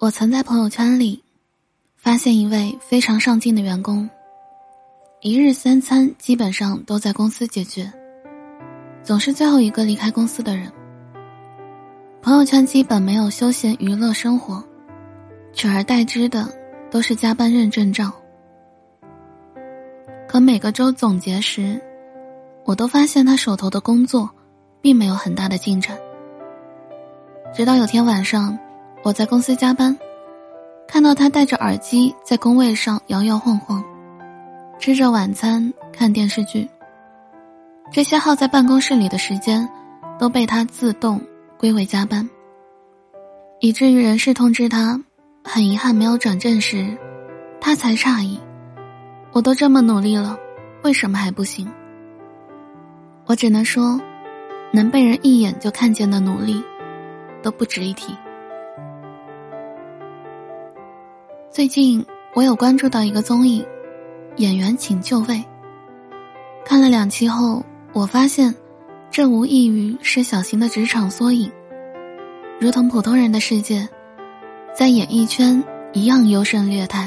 我曾在朋友圈里发现一位非常上进的员工，一日三餐基本上都在公司解决，总是最后一个离开公司的人。朋友圈基本没有休闲娱乐生活，取而代之的都是加班认证照。可每个周总结时，我都发现他手头的工作并没有很大的进展。直到有天晚上，我在公司加班，看到他戴着耳机在工位上摇摇晃晃，吃着晚餐看电视剧。这些耗在办公室里的时间都被他自动归为加班，以至于人事通知他很遗憾没有转正时，他才诧异，我都这么努力了，为什么还不行？我只能说，能被人一眼就看见的努力都不值一提。最近我有关注到一个综艺《演员请就位》，看了2期后，我发现这无异于是小型的职场缩影，如同普通人的世界，在演艺圈一样优胜劣汰。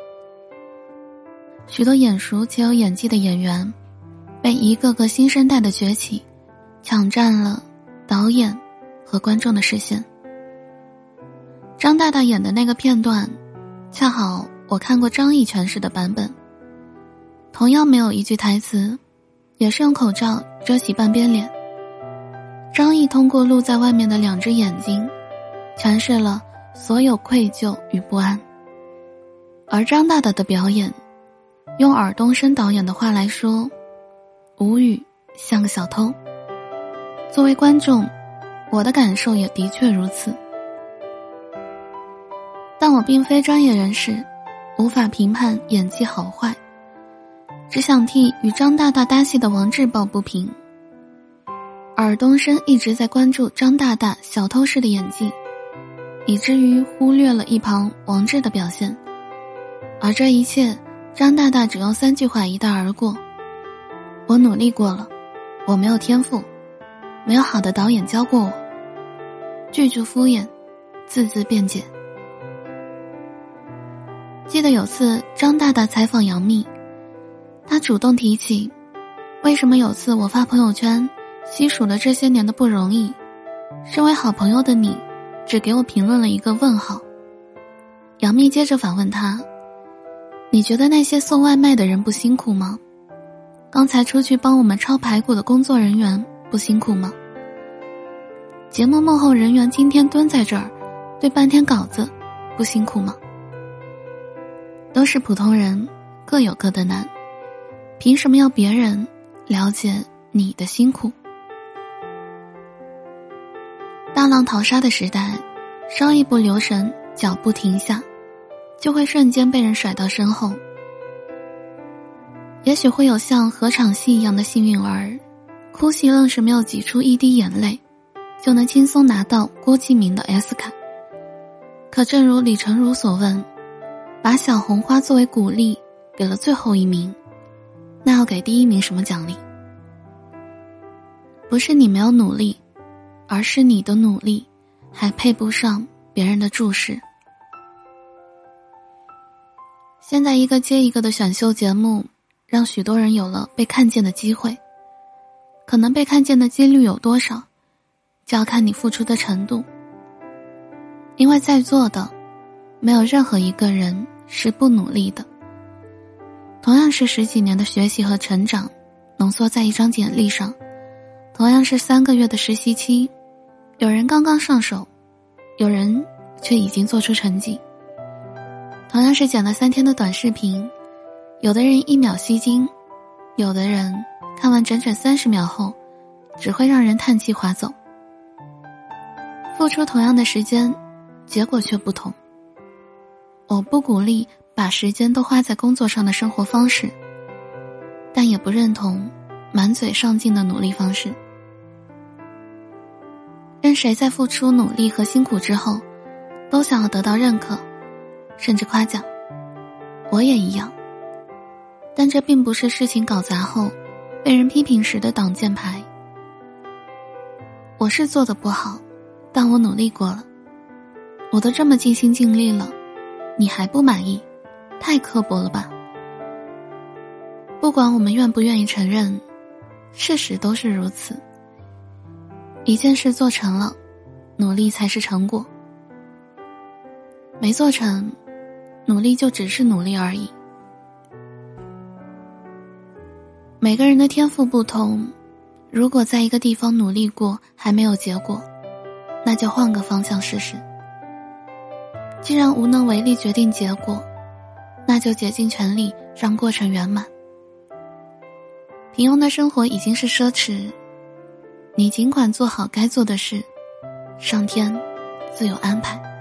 许多眼熟且有演技的演员，被一个个新生代的崛起抢占了导演和观众的视线。张大大演的那个片段，恰好我看过张译诠释的版本，同样没有一句台词，也是用口罩遮起半边脸。张译通过露在外面的2只眼睛，诠释了所有愧疚与不安。而张大大的表演，用尔冬升导演的话来说，无语像个小偷。作为观众，我的感受也的确如此。但我并非专业人士，无法评判演技好坏，只想替与张大大搭戏的王志抱不平。尔冬升一直在关注张大大小偷式的演技，以至于忽略了一旁王志的表现，而这一切张大大只用3句话一带而过：我努力过了，我没有天赋，没有好的导演教过我，句句敷衍，字字辩解。记得有次张大大采访杨幂，他主动提起，为什么有次我发朋友圈细数了这些年的不容易，身为好朋友的你只给我评论了一个问号。杨幂接着反问他，你觉得那些送外卖的人不辛苦吗？刚才出去帮我们抄排骨的工作人员不辛苦吗？节目幕后人员今天蹲在这儿对半天稿子不辛苦吗？都是普通人，各有各的难，凭什么要别人了解你的辛苦？大浪淘沙的时代，稍一不留神，脚步停下，就会瞬间被人甩到身后。也许会有像合场戏一样的幸运儿，哭戏愣是没有挤出一滴眼泪，就能轻松拿到郭敬明的 S 卡。可正如李成儒所问，把小红花作为鼓励给了最后一名，那要给第1名什么奖励？不是你没有努力，而是你的努力还配不上别人的注视。现在一个接一个的选秀节目，让许多人有了被看见的机会，可能被看见的几率有多少，就要看你付出的程度。因为在座的没有任何一个人是不努力的，同样是10几年的学习和成长浓缩在一张简历上，同样是3个月的实习期，有人刚刚上手，有人却已经做出成绩。同样是剪了3天的短视频，有的人1秒吸睛，有的人看完整整30秒后只会让人叹气划走。付出同样的时间，结果却不同。我不鼓励把时间都花在工作上的生活方式，但也不认同满嘴上进的努力方式。任谁在付出努力和辛苦之后，都想要得到认可，甚至夸奖。我也一样，但这并不是事情搞砸后被人批评时的挡箭牌。我是做得不好，但我努力过了。 我都这么尽心尽力了，你还不满意，太刻薄了吧。不管我们愿不愿意承认，事实都是如此。一件事做成了，努力才是成果，没做成，努力就只是努力而已。每个人的天赋不同，如果在一个地方努力过还没有结果，那就换个方向试试。既然无能为力决定结果，那就竭尽全力让过程圆满。平庸的生活已经是奢侈，你尽管做好该做的事，上天自有安排。